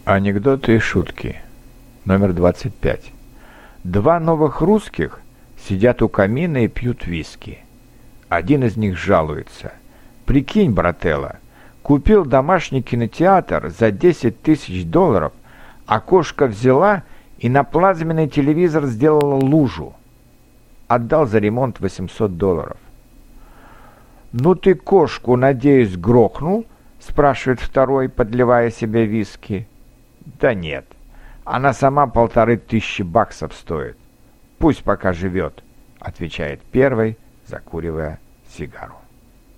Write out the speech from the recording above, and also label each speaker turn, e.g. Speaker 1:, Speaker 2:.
Speaker 1: Анекдоты и шутки. Номер 25. Два новых русских сидят у камина и пьют виски. Один из них жалуется. «Прикинь, брателло, купил домашний кинотеатр за $10 000, а кошка взяла и на плазменный телевизор сделала лужу. Отдал за ремонт $800. «Ну ты кошку, надеюсь, грохнул?» — спрашивает второй, подливая себе виски. «Да нет, она сама $1500 стоит. Пусть пока живет», — отвечает первый, закуривая сигару.